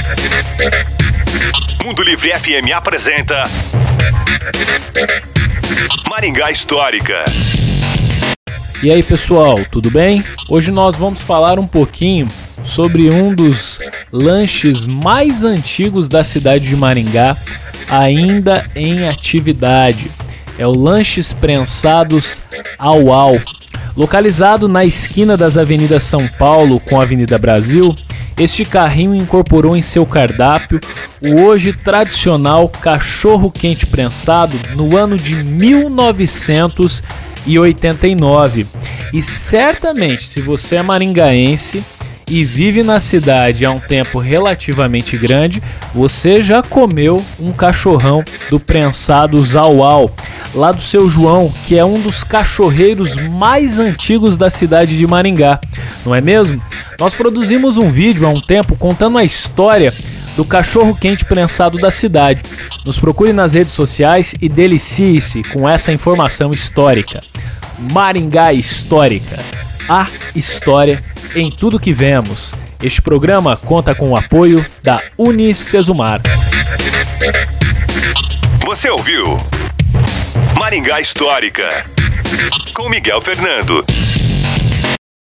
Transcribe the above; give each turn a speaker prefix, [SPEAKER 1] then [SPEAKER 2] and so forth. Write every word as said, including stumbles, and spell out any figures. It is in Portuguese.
[SPEAKER 1] Mundo Livre F M apresenta Maringá Histórica.
[SPEAKER 2] E aí pessoal, tudo bem? Hoje nós vamos falar um pouquinho sobre um dos lanches mais antigos da cidade de Maringá, ainda em atividade. É o Lanches Prensados Au Au. Localizado na esquina das Avenidas São Paulo com a Avenida Brasil, este carrinho incorporou em seu cardápio o hoje tradicional cachorro-quente prensado no ano de mil novecentos e oitenta e nove. E certamente, se você é maringaense e vive na cidade há um tempo relativamente grande, você já comeu um cachorrão do Prensados Au Au, lá do seu João, que é um dos cachorreiros mais antigos da cidade de Maringá, não é mesmo? Nós produzimos um vídeo há um tempo contando a história do cachorro-quente prensado da cidade. Nos procure nas redes sociais e delicie-se com essa informação histórica. Maringá Histórica, a história em tudo que vemos. Este programa conta com o apoio da Unicesumar.
[SPEAKER 1] Você ouviu Maringá Histórica com Miguel Fernando.